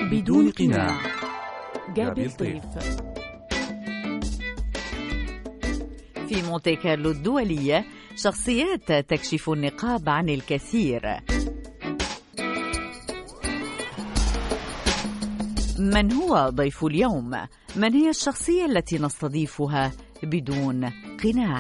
بدون قناع. جابر طيف. في مونتي كارلو الدولية شخصيات تكشف النقاب عن الكثير. من هو ضيف اليوم؟ من هي الشخصية التي نستضيفها بدون قناع؟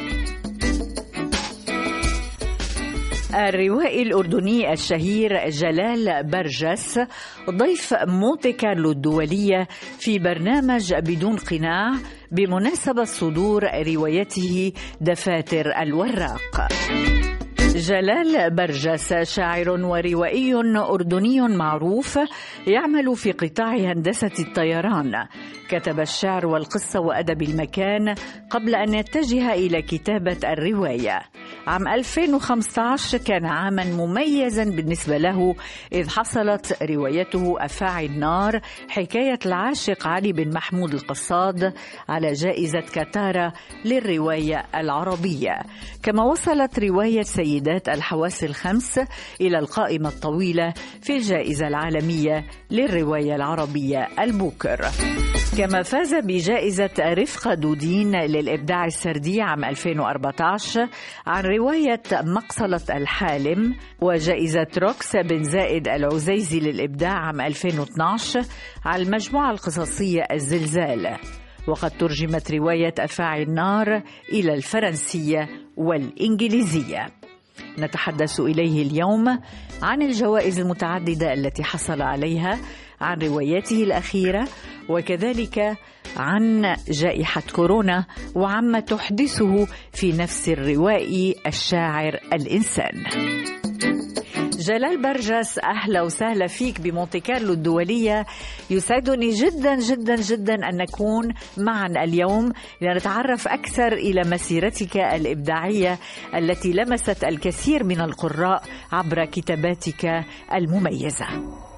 الروائي الأردني الشهير جلال برجس ضيف مونتي كارلو الدولية في برنامج بدون قناع بمناسبة صدور روايته دفاتر الوراق. جلال برجس شاعر وروائي أردني معروف يعمل في قطاع هندسة الطيران. كتب الشعر والقصة وأدب المكان قبل أن يتجه إلى كتابة الرواية. عام 2015 كان عاما مميزا بالنسبة له، إذ حصلت روايته أفاعي النار حكاية العاشق علي بن محمود القصاد على جائزة كتارا للرواية العربية، كما وصلت رواية سيدات الحواس الخمس إلى القائمة الطويلة في الجائزة العالمية للرواية العربية البوكر. كما فاز بجائزة رفقة دودين للإبداع السردي عام 2014 عن رواية مقصلة الحالم، وجائزة روكس بن زائد العزيزي للإبداع عام 2012 على المجموعة القصصية الزلزال. وقد ترجمت رواية أفاعي النار إلى الفرنسية والإنجليزية. نتحدث إليه اليوم عن الجوائز المتعددة التي حصل عليها، عن رواياته الأخيرة، وكذلك عن جائحة كورونا وعما تحدثه في نفس الروائي الشاعر الإنسان. جلال برجس، أهلا وسهلا فيك بمونتي كارلو الدولية. يسعدني جدا جدا جدا أن نكون معا اليوم لنتعرف أكثر إلى مسيرتك الإبداعية التي لمست الكثير من القراء عبر كتاباتك المميزة.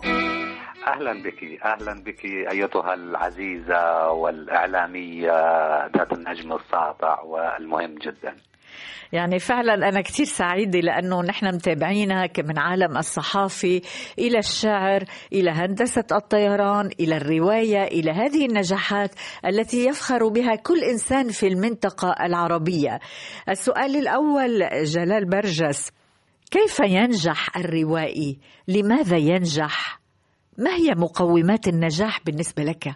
أهلا بك أيتها العزيزة والإعلامية ذات النجم الساطع والمهم جدا. يعني فعلا أنا كتير سعيدة لأنه نحن متابعينك من عالم الصحافة إلى الشعر إلى هندسة الطيران إلى الرواية إلى هذه النجاحات التي يفخر بها كل إنسان في المنطقة العربية. السؤال الأول جلال برجس، كيف ينجح الروائي؟ لماذا ينجح؟ ما هي مقومات النجاح بالنسبة لك؟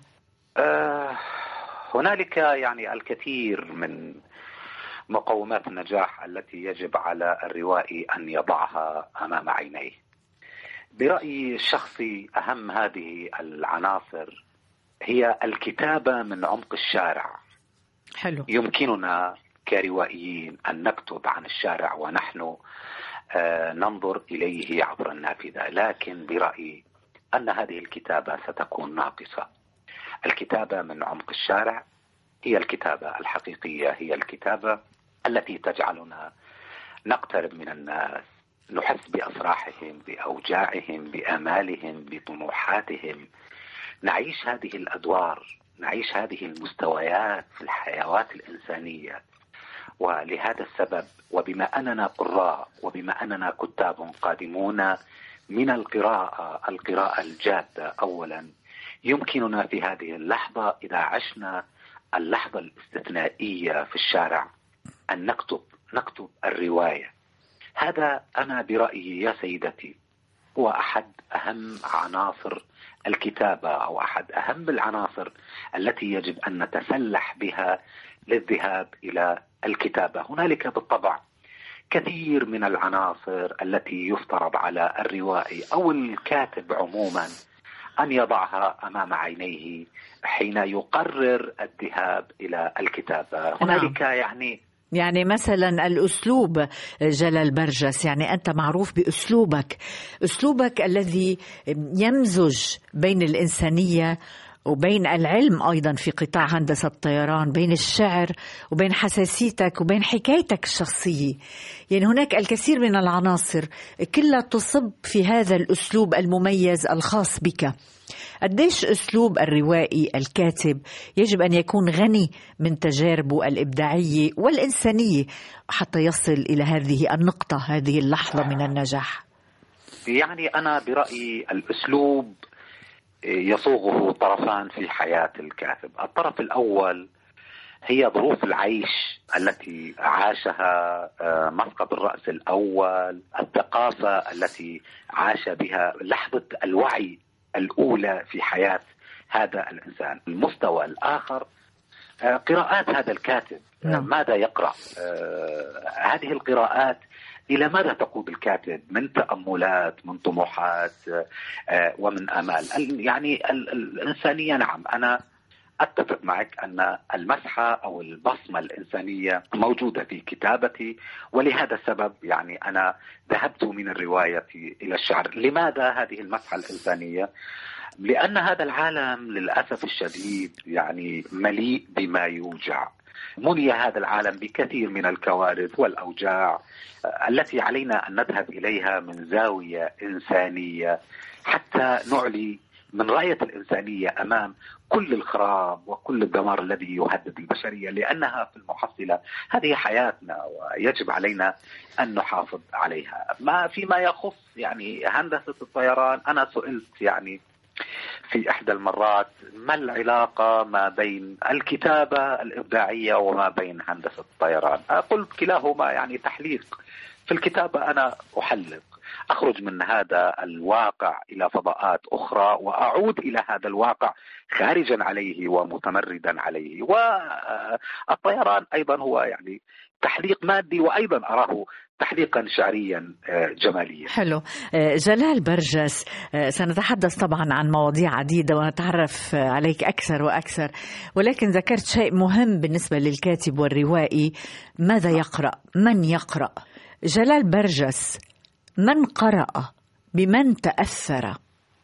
هنالك يعني الكثير من مقومات النجاح التي يجب على الروائي أن يضعها أمام عينيه. برأيي الشخصي أهم هذه العناصر هي الكتابة من عمق الشارع. حلو. يمكننا كروائيين أن نكتب عن الشارع ونحن ننظر إليه عبر النافذة، لكن برأيي أن هذه الكتابة ستكون ناقصة. الكتابة من عمق الشارع هي الكتابة الحقيقية، هي الكتابة التي تجعلنا نقترب من الناس، نحس بأفراحهم، بأوجاعهم، بآمالهم، بطموحاتهم، نعيش هذه الأدوار، نعيش هذه المستويات في الحياة الإنسانية. ولهذا السبب وبما أننا قراء وبما أننا كتاب قادمون من القراءة الجادة أولا، يمكننا في هذه اللحظة إذا عشنا اللحظة الاستثنائية في الشارع أن نكتب الرواية. هذا أنا برأيي يا سيدتي هو أحد أهم عناصر الكتابة أو أحد أهم العناصر التي يجب أن نتسلح بها للذهاب إلى الكتابة. هنالك بالطبع كثير من العناصر التي يفترض على الروائي أو الكاتب عموما أن يضعها أمام عينيه حين يقرر الذهاب إلى الكتابة. هنالك يعني مثلا الأسلوب. جلال برجس، يعني أنت معروف بأسلوبك الذي يمزج بين الإنسانية وبين العلم أيضا في قطاع هندسة الطيران، بين الشعر وبين حساسيتك وبين حكايتك الشخصية. يعني هناك الكثير من العناصر كلها تصب في هذا الأسلوب المميز الخاص بك. قديش أسلوب الروائي الكاتب يجب أن يكون غني من تجاربه الإبداعية والإنسانية حتى يصل إلى هذه النقطة، هذه اللحظة من النجاح؟ يعني أنا برأيي الأسلوب يصوغه طرفان في حياة الكاتب. الطرف الأول هي ظروف العيش التي عاشها مسقط الرأس الأول، الثقافة التي عاش بها، لحظة الوعي الأولى في حياة هذا الإنسان. المستوى الآخر قراءات هذا الكاتب، ماذا يقرأ، هذه القراءات إلى ماذا تقود الكاتب من تأملات، من طموحات، ومن آمال. يعني الإنسانية، نعم أنا أتفق معك أن المسحة أو البصمة الإنسانية موجودة في كتابتي، ولهذا السبب يعني أنا ذهبت من الرواية إلى الشعر. لماذا هذه المسحة الإنسانية؟ لأن هذا العالم للأسف الشديد يعني مليء بما يوجع. مني هذا العالم بكثير من الكوارث والأوجاع التي علينا أن نذهب إليها من زاوية إنسانية حتى نعلي من راية الإنسانية أمام كل الخراب وكل الدمار الذي يهدد البشرية، لأنها في المحصلة هذه حياتنا ويجب علينا أن نحافظ عليها. فيما يخص يعني هندسة الطيران، أنا سئلت يعني في إحدى المرات ما العلاقة ما بين الكتابة الإبداعية وما بين هندسة الطيران؟ قلت كلاهما يعني تحليق. في الكتابة أنا أحلق، أخرج من هذا الواقع إلى فضاءات أخرى وأعود إلى هذا الواقع خارجا عليه ومتمردا عليه. والطيران أيضا هو يعني تحليق مادي، وأيضا أراه تحليقا شعريا جماليا. حلو. جلال برجس، سنتحدث طبعا عن مواضيع عديدة ونتعرف عليك أكثر وأكثر، ولكن ذكرت شيء مهم بالنسبة للكاتب والروائي: ماذا يقرأ؟ من يقرأ؟ جلال برجس من قرأ؟ بمن تأثر؟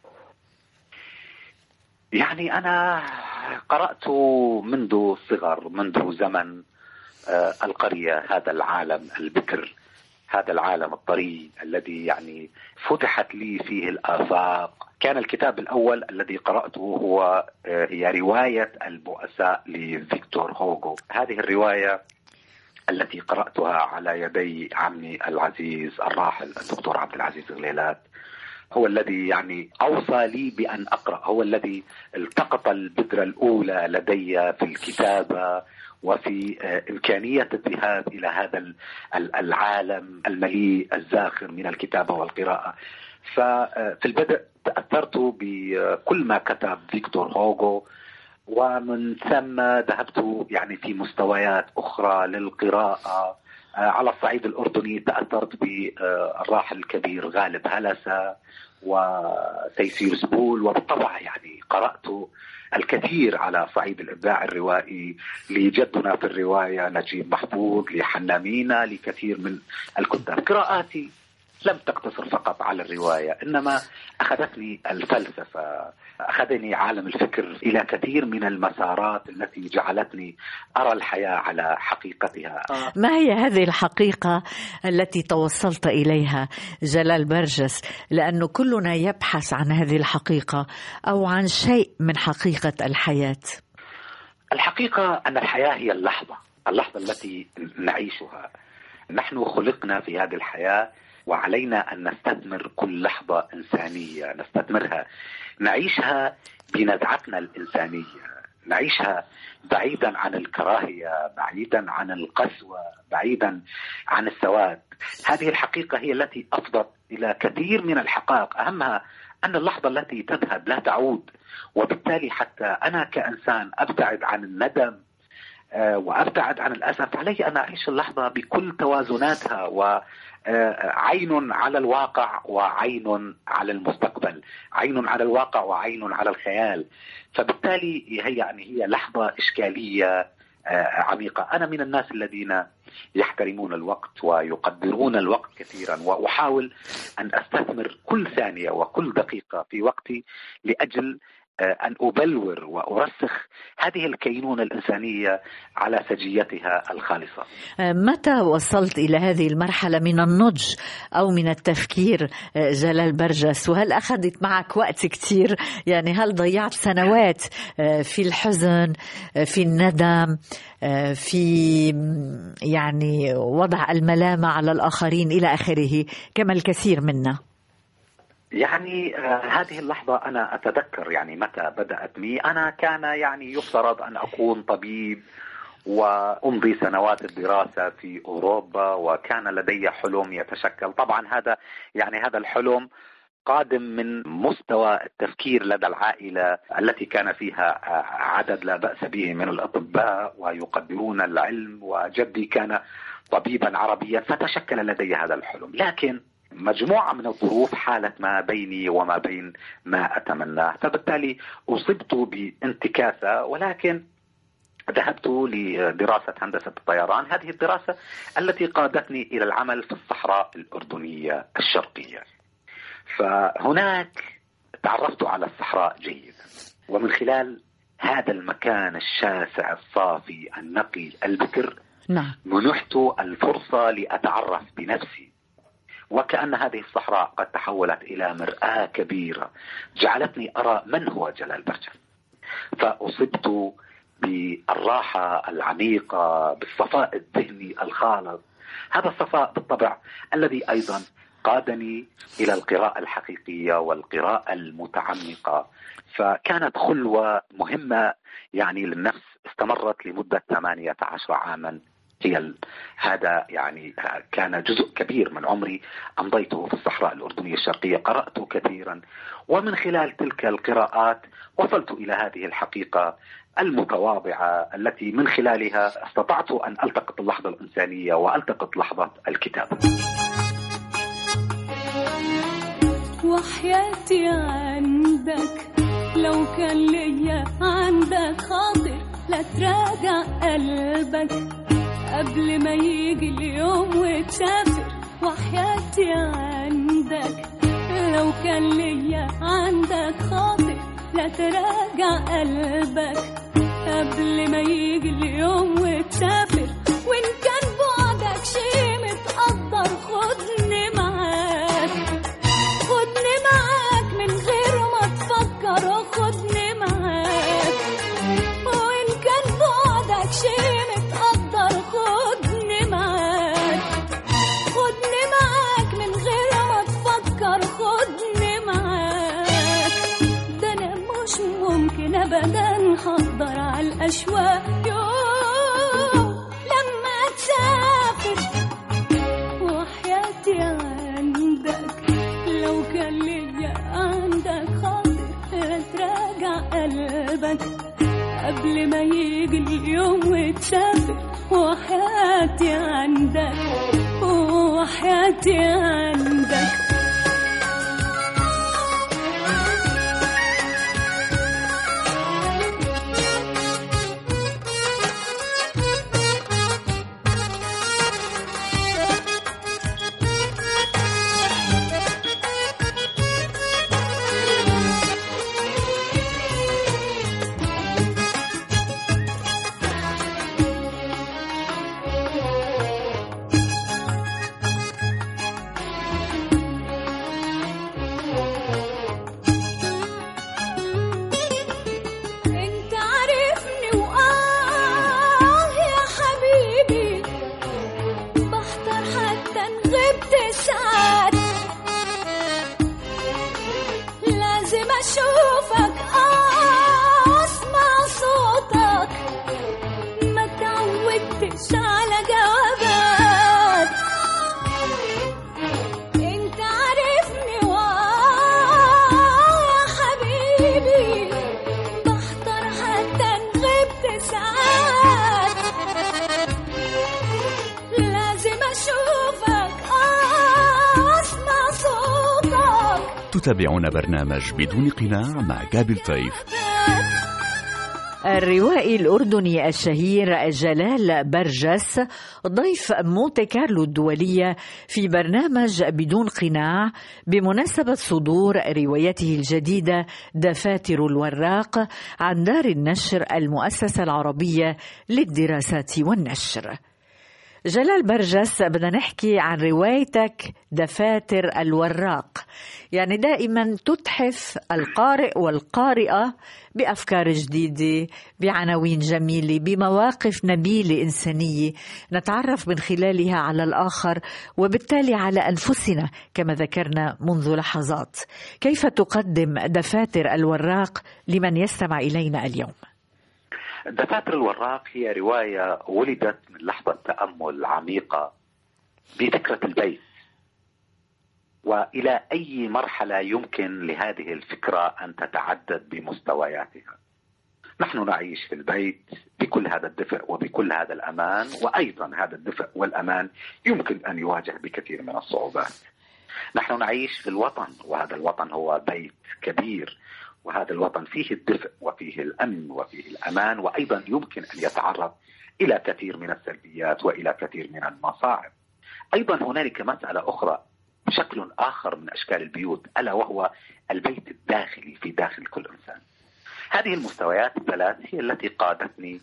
يعني أنا قرأت منذ الصغر، منذ زمن القرية، هذا العالم البكر، هذا العالم الطري الذي يعني فتحت لي فيه الآفاق. كان الكتاب الأول الذي قرأته هي رواية البؤساء لفيكتور هوغو. هذه الرواية التي قرأتها على يدي عمي العزيز الراحل الدكتور عبد العزيز غليلات، هو الذي يعني أوصى لي بأن أقرأ، هو الذي التقط البذرة الأولى لدي في الكتابة وفي إمكانية الذهاب إلى هذا العالم المليء الزاخر من الكتابة والقراءة. ففي البدء تأثرت بكل ما كتب فيكتور هوغو، ومن ثم ذهبت يعني في مستويات أخرى للقراءة. على الصعيد الأردني تأثرت بالراحل الكبير غالب هلسة وتيسير سبول، وبالطبع يعني قرأت الكثير على صعيد الإبداع الروائي لجدنا في الرواية نجيب محفوظ، لحنامينا، لكثير من الكتاب. قراءاتي لم تقتصر فقط على الرواية، إنما أخذتني الفلسفة، أخذني عالم الفكر إلى كثير من المسارات التي جعلتني أرى الحياة على حقيقتها. ما هي هذه الحقيقة التي توصلت إليها جلال برجس؟ لأنه كلنا يبحث عن هذه الحقيقة أو عن شيء من حقيقة الحياة. الحقيقة أن الحياة هي اللحظة التي نعيشها. نحن خلقنا في هذه الحياة وعلينا أن نستثمر كل لحظة إنسانية، نستثمرها، نعيشها بنزعتنا الإنسانية، نعيشها بعيدا عن الكراهية، بعيدا عن القسوة، بعيدا عن السواد. هذه الحقيقة هي التي أفضت إلى كثير من الحقائق، أهمها أن اللحظة التي تذهب لا تعود، وبالتالي حتى أنا كإنسان أبتعد عن الندم وأبتعد عن الأسف، علي أن أعيش اللحظة بكل توازناتها، وعين على الواقع وعين على المستقبل، عين على الواقع وعين على الخيال. فبالتالي هي لحظة إشكالية عميقة. أنا من الناس الذين يحترمون الوقت ويقدرون الوقت كثيرا، وأحاول أن أستثمر كل ثانية وكل دقيقة في وقتي لأجل أن أبلور وأرسخ هذه الكينونة الإنسانية على سجيتها الخالصة. متى وصلت إلى هذه المرحلة من النضج أو من التفكير جلال برجس؟ وهل أخذت معك وقت كتير؟ يعني هل ضيعت سنوات في الحزن، في الندم، في يعني وضع الملامة على الآخرين إلى آخره كما الكثير منا؟ يعني هذه اللحظة أنا أتذكر يعني متى بدأت بي. أنا كان يعني يفترض أن أكون طبيب وأمضي سنوات الدراسة في أوروبا، وكان لدي حلم يتشكل. طبعا هذا الحلم قادم من مستوى التفكير لدى العائلة التي كان فيها عدد لا بأس به من الأطباء ويقدرون العلم، وجدي كان طبيبا عربيا، فتشكل لدي هذا الحلم. لكن مجموعة من الظروف حالت ما بيني وما بين ما أتمناه، فبالتالي أصبت بانتكاسة، ولكن ذهبت لدراسة هندسة الطيران، هذه الدراسة التي قادتني إلى العمل في الصحراء الأردنية الشرقية. فهناك تعرفت على الصحراء جيدا، ومن خلال هذا المكان الشاسع الصافي النقي البكر منحت الفرصة لأتعرف بنفسي، وكأن هذه الصحراء قد تحولت إلى مرآة كبيرة جعلتني أرى من هو جلال برجس. فأصبت بالراحة العميقة، بالصفاء الذهني الخالص، هذا الصفاء بالطبع الذي أيضا قادني إلى القراءة الحقيقية والقراءة المتعمقة. فكانت خلوة مهمة يعني للنفس، استمرت لمدة 18 عاما. هذا يعني كان جزء كبير من عمري أمضيته في الصحراء الأردنية الشرقية، قرأت كثيرا، ومن خلال تلك القراءات وصلت إلى هذه الحقيقة المتواضعة التي من خلالها استطعت أن ألتقط اللحظة الإنسانية وألتقط لحظة الكتابة. وحياتي عندك لو كان ليا عندك خاطر لا تراجع قلبك قبل ما يجي اليوم وتسافر. وحياتي عندك لو كان ليا عندك خاطر لا تراجع قلبك قبل ما يجي اليوم وتسافر. وإن كان بعدك شيء متقدر خدني معاك، خدني معاك من غير ما تفكر، خدني معاك. وإن كان بعدك شيء متقدر خدني معاك، خدني معاك من غير ما تفكر، خدني معاك. ده أنا مش ممكن أبدا هقدر على الأشواق يوم لما تسافر. وحياتي عندك لو كان ليا عندك خاطر تراجع قلبك قبل ما يجي اليوم وتسافر. وحياتي عندك، وحياتي عندك. تتابعون برنامج بدون قناع مع جابل طيف. الروائي الأردني الشهير جلال برجس ضيف مونتي كارلو الدولية في برنامج بدون قناع بمناسبة صدور روايته الجديدة دفاتر الوراق عن دار النشر المؤسسة العربية للدراسات والنشر. جلال برجس، بدنا نحكي عن روايتك دفاتر الوراق. يعني دائما تتحف القارئ والقارئة بأفكار جديدة، بعناوين جميلة، بمواقف نبيلة إنسانية نتعرف من خلالها على الآخر وبالتالي على أنفسنا كما ذكرنا منذ لحظات. كيف تقدم دفاتر الوراق لمن يستمع إلينا اليوم؟ دفاتر الوراق هي رواية ولدت من لحظة تأمل عميقة بفكرة البيت، وإلى أي مرحلة يمكن لهذه الفكرة أن تتعدد بمستوياتها. نحن نعيش في البيت بكل هذا الدفء وبكل هذا الأمان، وأيضا هذا الدفء والأمان يمكن أن يواجه بكثير من الصعوبات. نحن نعيش في الوطن، وهذا الوطن هو بيت كبير، وهذا الوطن فيه الدفء وفيه الأمن وفيه الأمان، وأيضا يمكن أن يتعرض إلى كثير من السلبيات وإلى كثير من المصاعب. أيضا هنالك مسألة أخرى، شكل آخر من أشكال البيوت، ألا وهو البيت الداخلي في داخل كل إنسان. هذه المستويات الثلاث هي التي قادتني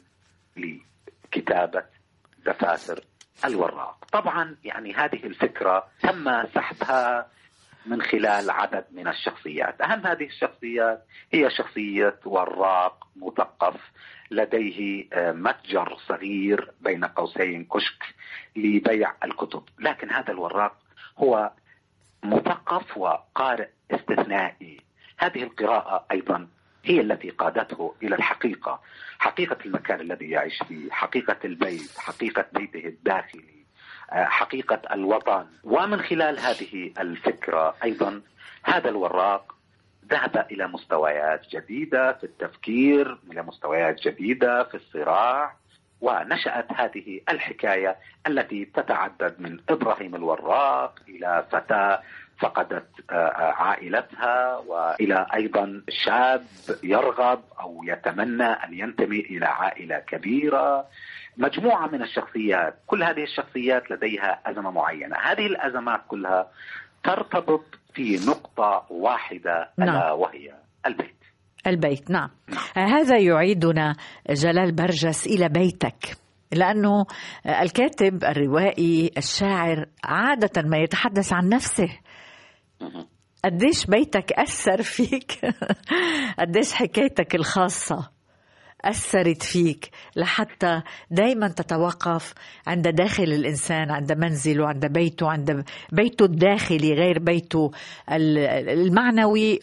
لكتابة دفاتر الوراق. طبعا يعني هذه الفكرة تم سحبها من خلال عدد من الشخصيات. أهم هذه الشخصيات هي شخصية وراق مثقف لديه متجر صغير بين قوسين كشك لبيع الكتب، لكن هذا الوراق هو مثقف وقارئ استثنائي. هذه القراءة أيضا هي التي قادته إلى الحقيقة، حقيقة المكان الذي يعيش فيه، حقيقة البيت، حقيقة بيته الداخلي، حقيقة الوطن. ومن خلال هذه الفكرة أيضا هذا الوراق ذهب إلى مستويات جديدة في التفكير، إلى مستويات جديدة في الصراع، ونشأت هذه الحكاية التي تتعدد من إبراهيم الوراق إلى فتاة فقدت عائلتها، وإلى أيضا شاب يرغب أو يتمنى أن ينتمي إلى عائلة كبيرة. مجموعة من الشخصيات، كل هذه الشخصيات لديها أزمة معينة. هذه الأزمات كلها ترتبط في نقطة واحدة، ألا وهي البيت. البيت، نعم. هذا يعيدنا جلال برجس إلى بيتك، لأنه الكاتب الروائي الشاعر عادة ما يتحدث عن نفسه. قديش بيتك أثر فيك؟ قديش حكايتك الخاصة أثرت فيك لحتى دايما تتوقف عند داخل الإنسان، عند منزله، عند بيته، عند بيته الداخلي غير بيته المعنوي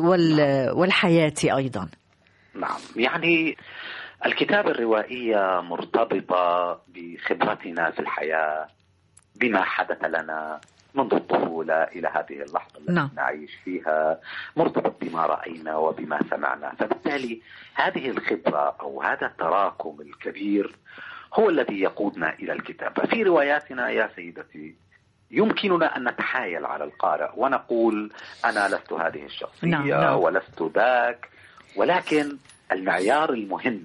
والحياتي أيضا؟ نعم، يعني الكتابة الروائية مرتبطة بخبرتنا في الحياة، بما حدث لنا منذ الطفولة إلى هذه اللحظة التي نعيش فيها، مرتبط بما رأينا وبما سمعنا. فبالتالي هذه الخبرة أو هذا التراكم الكبير هو الذي يقودنا إلى الكتابة. في رواياتنا يا سيدتي يمكننا أن نتحايل على القارئ ونقول أنا لست هذه الشخصية ولست ذاك، ولكن المعيار المهم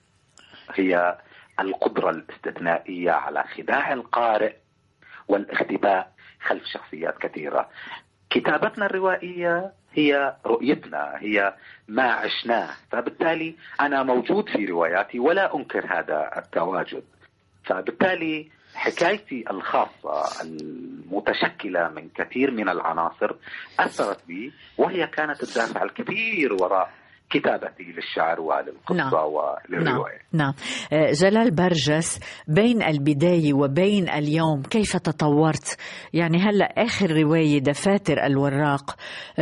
هي القدرة الاستثنائية على خداع القارئ والاختباء خلف شخصيات كثيرة. كتابتنا الروائية هي رؤيتنا، هي ما عشناه، فبالتالي أنا موجود في رواياتي ولا أنكر هذا التواجد. فبالتالي حكايتي الخاصة المتشكلة من كثير من العناصر أثرت بي، وهي كانت الدافع الكبير وراء كتابتي للشعر وللقصة وللرواية. نعم. جلال برجس، بين البداية وبين اليوم كيف تطورت؟ يعني هلأ آخر رواية دفاتر الوراق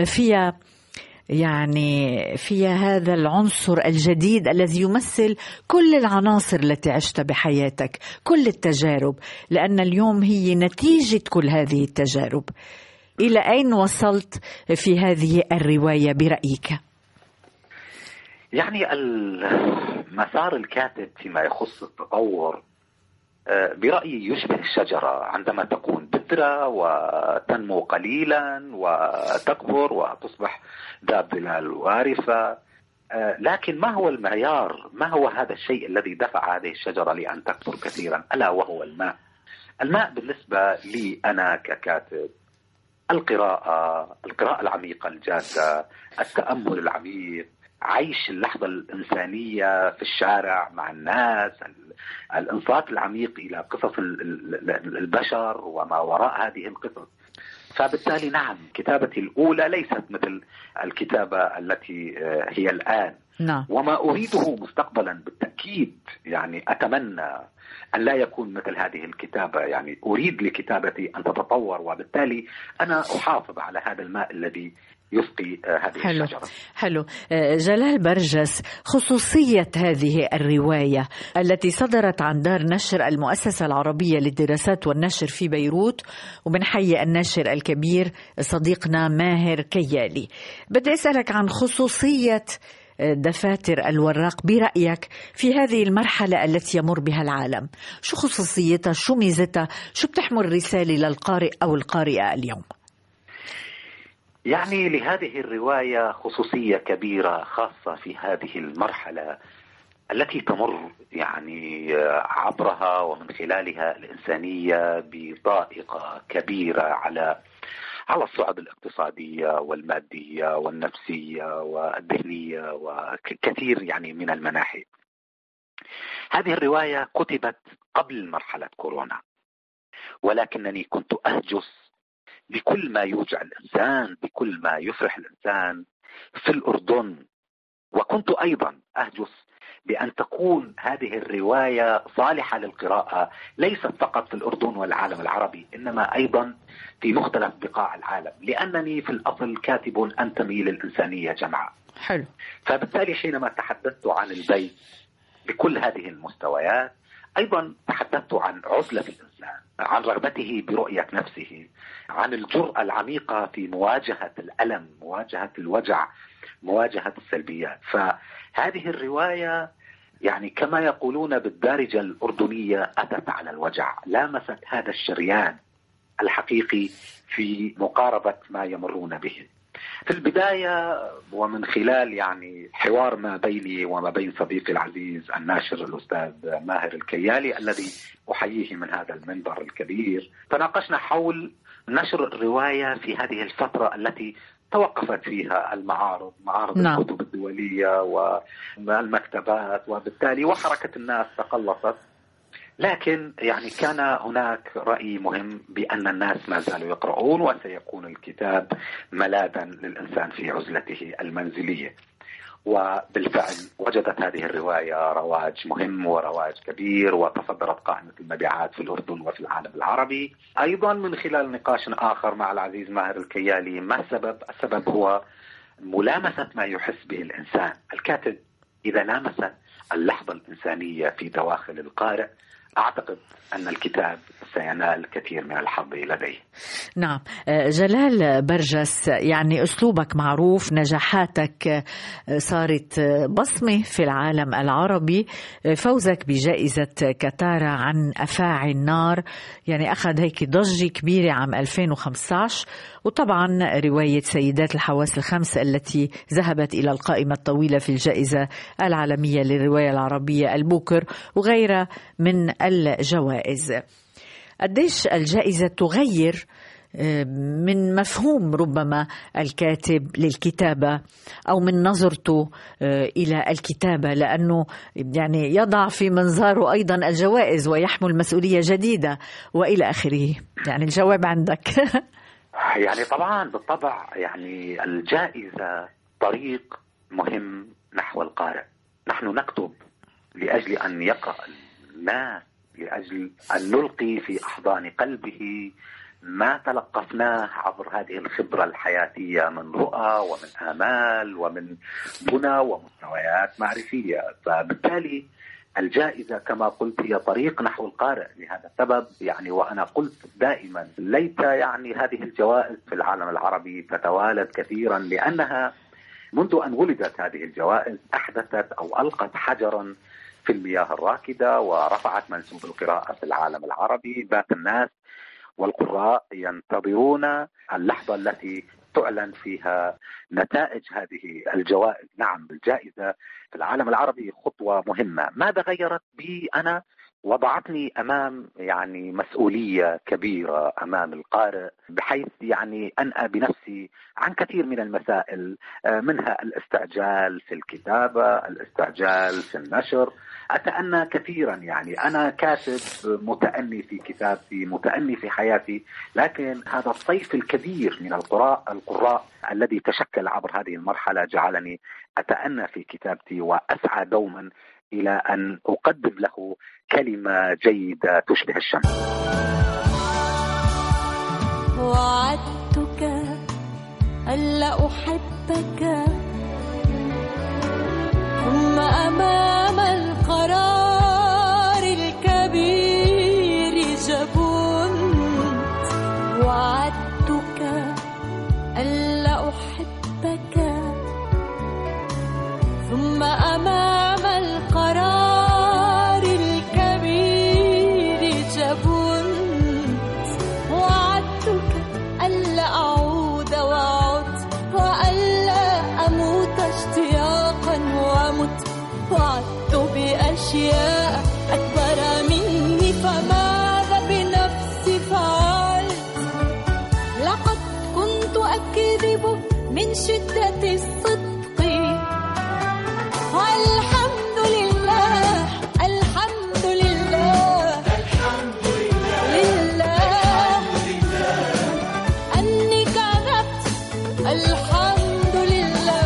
فيها هذا العنصر الجديد الذي يمثل كل العناصر التي عشت بحياتك، كل التجارب، لأن اليوم هي نتيجة كل هذه التجارب. إلى أين وصلت في هذه الرواية برأيك؟ يعني المسار الكاتب فيما يخص التطور برأيي يشبه الشجرة عندما تكون بذرة وتنمو قليلا وتكبر وتصبح ذات ظلال وارفة. لكن ما هو المعيار؟ ما هو هذا الشيء الذي دفع هذه الشجرة لأن تكبر كثيرا؟ ألا وهو الماء. الماء بالنسبة لي أنا ككاتب القراءة العميقة الجادة، التأمل العميق، عيش اللحظة الإنسانية في الشارع مع الناس، الإنصات العميق إلى قصص البشر وما وراء هذه القصص. فبالتالي نعم، كتابتي الأولى ليست مثل الكتابة التي هي الآن. نعم. وما أريده مستقبلا بالتأكيد، يعني أتمنى أن لا يكون مثل هذه الكتابة. يعني أريد لكتابتي أن تتطور، وبالتالي أنا أحافظ على هذا الماء الذي يسقي هذه الشجرة. حلو. جلال برجس، خصوصية هذه الرواية التي صدرت عن دار نشر المؤسسة العربية للدراسات والنشر في بيروت، وبنحيي الناشر الكبير صديقنا ماهر كيالي، بدي أسألك عن خصوصية دفاتر الوراق برأيك في هذه المرحلة التي يمر بها العالم. شو خصوصيتها؟ شو ميزتها؟ شو بتحمل رسالة للقارئ أو القارئة اليوم؟ يعني لهذه الرواية خصوصية كبيرة خاصة في هذه المرحلة التي تمر يعني عبرها ومن خلالها الإنسانية بضائقة كبيرة على الصعد الاقتصادية والمادية والنفسية والذهنية وكثير يعني من المناحي. هذه الرواية كتبت قبل مرحلة كورونا، ولكنني كنت أهجس بكل ما يوجع الإنسان، بكل ما يفرح الإنسان في الأردن، وكنت أيضا أهجس بأن تكون هذه الرواية صالحة للقراءة ليست فقط في الأردن والعالم العربي، إنما أيضا في مختلف بقاع العالم، لأنني في الأصل كاتب أنتمي للإنسانية جمعاء. حلو. فبالتالي حينما تحدثت عن البيت بكل هذه المستويات، أيضا تحدثت عن عزلة الإنسان، عن رغبته برؤية نفسه، عن الجرأة العميقة في مواجهة الألم، مواجهة الوجع، مواجهة السلبيات. فهذه الرواية يعني كما يقولون بالدارجة الأردنية أتت على الوجع، لامست هذا الشريان الحقيقي في مقاربة ما يمرون به. في البداية ومن خلال يعني حوار ما بيني وما بين صديقي العزيز الناشر الأستاذ ماهر الكيالي الذي أحييه من هذا المنبر الكبير، تناقشنا حول نشر الرواية في هذه الفترة التي توقفت فيها معارض نعم. الكتب الدولية والمكتبات، وبالتالي وحركة الناس تقلصت. لكن يعني كان هناك رأي مهم بأن الناس ما زالوا يقرؤون، وسيكون الكتاب ملاذا للإنسان في عزلته المنزلية. وبالفعل وجدت هذه الرواية رواج مهم ورواج كبير، وتصدرت قائمة المبيعات في الأردن وفي العالم العربي. أيضا من خلال نقاش آخر مع العزيز ماهر الكيالي، ما السبب؟ السبب هو ملامسة ما يحس به الإنسان. الكاتب إذا لامس اللحظة الإنسانية في دواخل القارئ، أعتقد أن الكتاب سينال كثير من الحظ لديه. نعم. جلال برجس، يعني أسلوبك معروف، نجاحاتك صارت بصمة في العالم العربي. فوزك بجائزة كتارا عن أفاعي النار يعني أخذ هيك ضجة كبيرة عام 2015، وطبعا رواية سيدات الحواس الخمس التي ذهبت إلى القائمة الطويلة في الجائزة العالمية للرواية العربية البوكر وغيرها من الجوائز. قديش الجائزة تغير من مفهوم ربما الكاتب للكتابة أو من نظرته إلى الكتابة، لأنه يعني يضع في منظاره أيضا الجوائز ويحمل مسؤولية جديدة وإلى آخره. يعني الجواب عندك. يعني طبعا بالطبع يعني الجائزة طريق مهم نحو القارئ. نحن نكتب لأجل أن يقرأ الناس، لأجل أن نلقي في أحضان قلبه ما تلقفناه عبر هذه الخبرة الحياتية من رؤى ومن آمال ومن بنى ومستويات معرفية. فبالتالي الجائزة كما قلت هي طريق نحو القارئ. لهذا السبب يعني وأنا قلت دائما ليت يعني هذه الجوائز في العالم العربي تتوالد كثيرا، لأنها منذ أن ولدت هذه الجوائز أحدثت أو ألقت حجرا في المياه الراكدة ورفعت منسوب القراءة في العالم العربي. بات الناس والقراء ينتظرون اللحظة التي تعلن فيها نتائج هذه الجوائز. نعم، الجائزة في العالم العربي خطوة مهمة. ماذا غيرت بي أنا؟ وضعتني أمام يعني مسؤولية كبيرة أمام القارئ، بحيث يعني أنأى بنفسي عن كثير من المسائل، منها الاستعجال في الكتابة، الاستعجال في النشر. أتأنى كثيرا، يعني أنا كاتب متأني في كتابتي، متأني في حياتي، لكن هذا الصيف الكبير من القراء الذي تشكل عبر هذه المرحلة جعلني أتأنى في كتابتي، وأسعى دوما إلى أن أقدم له كلمة جيدة تشبه الشمس. وعدتك ألا أحبك، ثم أمام القرار الكبير جبنت. وعدتك ألا أحبك، ثم أمام القرار الكبير جبنت. وعدتك ألا أعود وعدت، وألا أموت اشتياقا ومت. وعدت بأشياء أكبر مني، فماذا بنفسي فعلت؟ لقد كنت أكذب من شدة الصدق، والحمد لله الحمد لله الحمد لله أني كذبت، الحمد لله.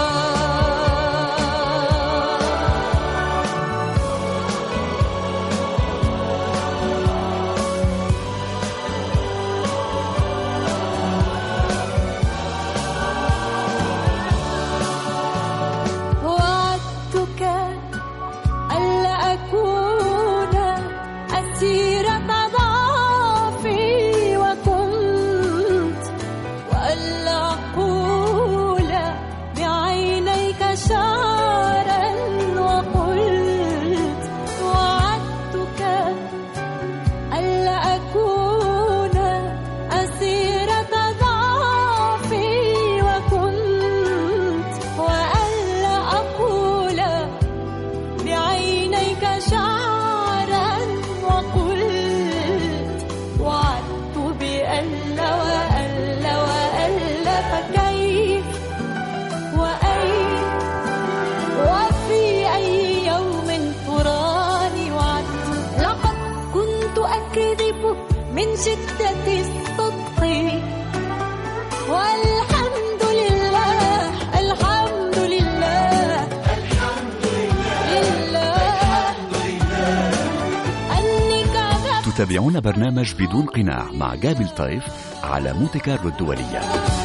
وعدتك ألا أكون أسيرة ضعفي وكنت، وألا أقول بعينيك شعرا وقلت. وعدتك ألا أكون أسيرة ضعفي وكنت، وألا أقول بعينيك شعرا وقلت. وعدت بألا وألا وألا، فكيف وأين وفي أي يوم تراني وعدت؟ لقد كنت أكذب من شدة الصدق، والحمد لله الحمد لله الحمد لله أني كذبت. تتابعون برنامج بدون قناع مع جابل طيف على مونتي كارلو الدولية.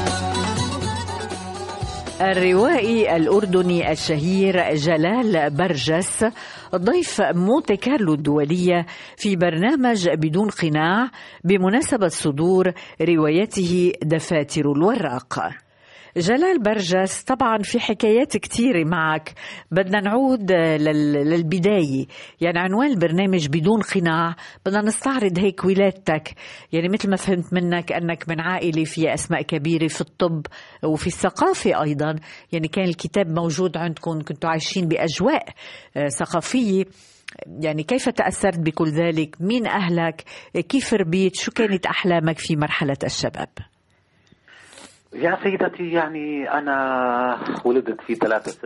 الروائي الأردني الشهير جلال برجس ضيف مونتي كارلو الدولية في برنامج بدون قناع بمناسبة صدور روايته دفاتر الوراق. جلال برجس، طبعا في حكايات كتيرة معك، بدنا نعود للبداية. يعني عنوان البرنامج بدون قناع، بدنا نستعرض هيك ولادتك. يعني مثل ما فهمت منك أنك من عائلة فيها أسماء كبيرة في الطب وفي الثقافة أيضا، يعني كان الكتاب موجود عندكم، كنتوا عايشين بأجواء ثقافية. يعني كيف تأثرت بكل ذلك؟ مين أهلك؟ كيف ربيت؟ شو كانت أحلامك في مرحلة الشباب؟ يا سيدتي، يعني أنا ولدت في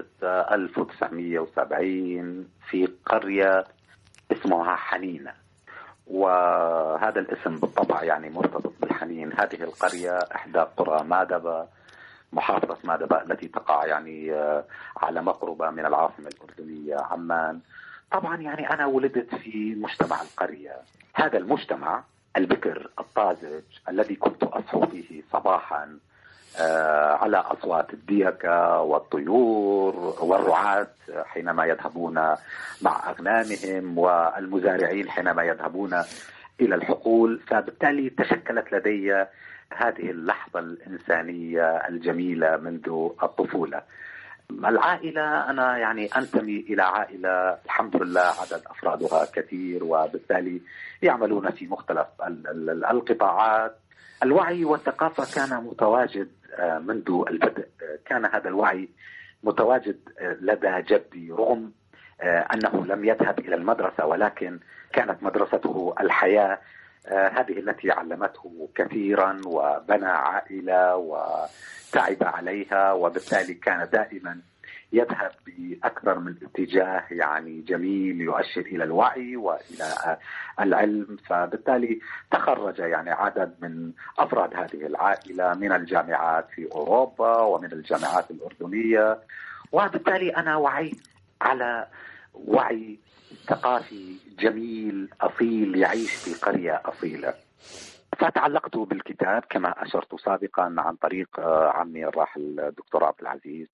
3/6/1970 في قرية اسمها حنين، وهذا الاسم بالطبع يعني مرتبط بالحنين. هذه القرية إحدى قرى مادبة، محافظة مادبة التي تقع يعني على مقربة من العاصمة الأردنية عمان. طبعا يعني أنا ولدت في مجتمع القرية، هذا المجتمع البكر الطازج الذي كنت أصحو فيه صباحا على أصوات الديكة والطيور والرعاة حينما يذهبون مع أغنامهم، والمزارعين حينما يذهبون إلى الحقول. فبالتالي تشكلت لدي هذه اللحظة الإنسانية الجميلة منذ الطفولة. العائلة، أنا يعني أنتمي إلى عائلة الحمد لله عدد أفرادها كثير، وبالتالي يعملون في مختلف القطاعات. الوعي والثقافة كان متواجد منذ البدء. كان هذا الوعي متواجد لدى جدي، رغم أنه لم يذهب إلى المدرسة، ولكن كانت مدرسته الحياة، هذه التي علمته كثيرا وبنى عائلة وتعب عليها، وبالتالي كان دائما يذهب بأكثر من اتجاه يعني جميل يؤشر إلى الوعي وإلى العلم. فبالتالي تخرج يعني عدد من أفراد هذه العائلة من الجامعات في أوروبا ومن الجامعات الأردنية، وبالتالي أنا وعيت على وعي ثقافي جميل أصيل يعيش في قرية أصيلة. فتعلقت بالكتاب كما أشرت سابقا عن طريق عمي الراحل الدكتور عبد العزيز،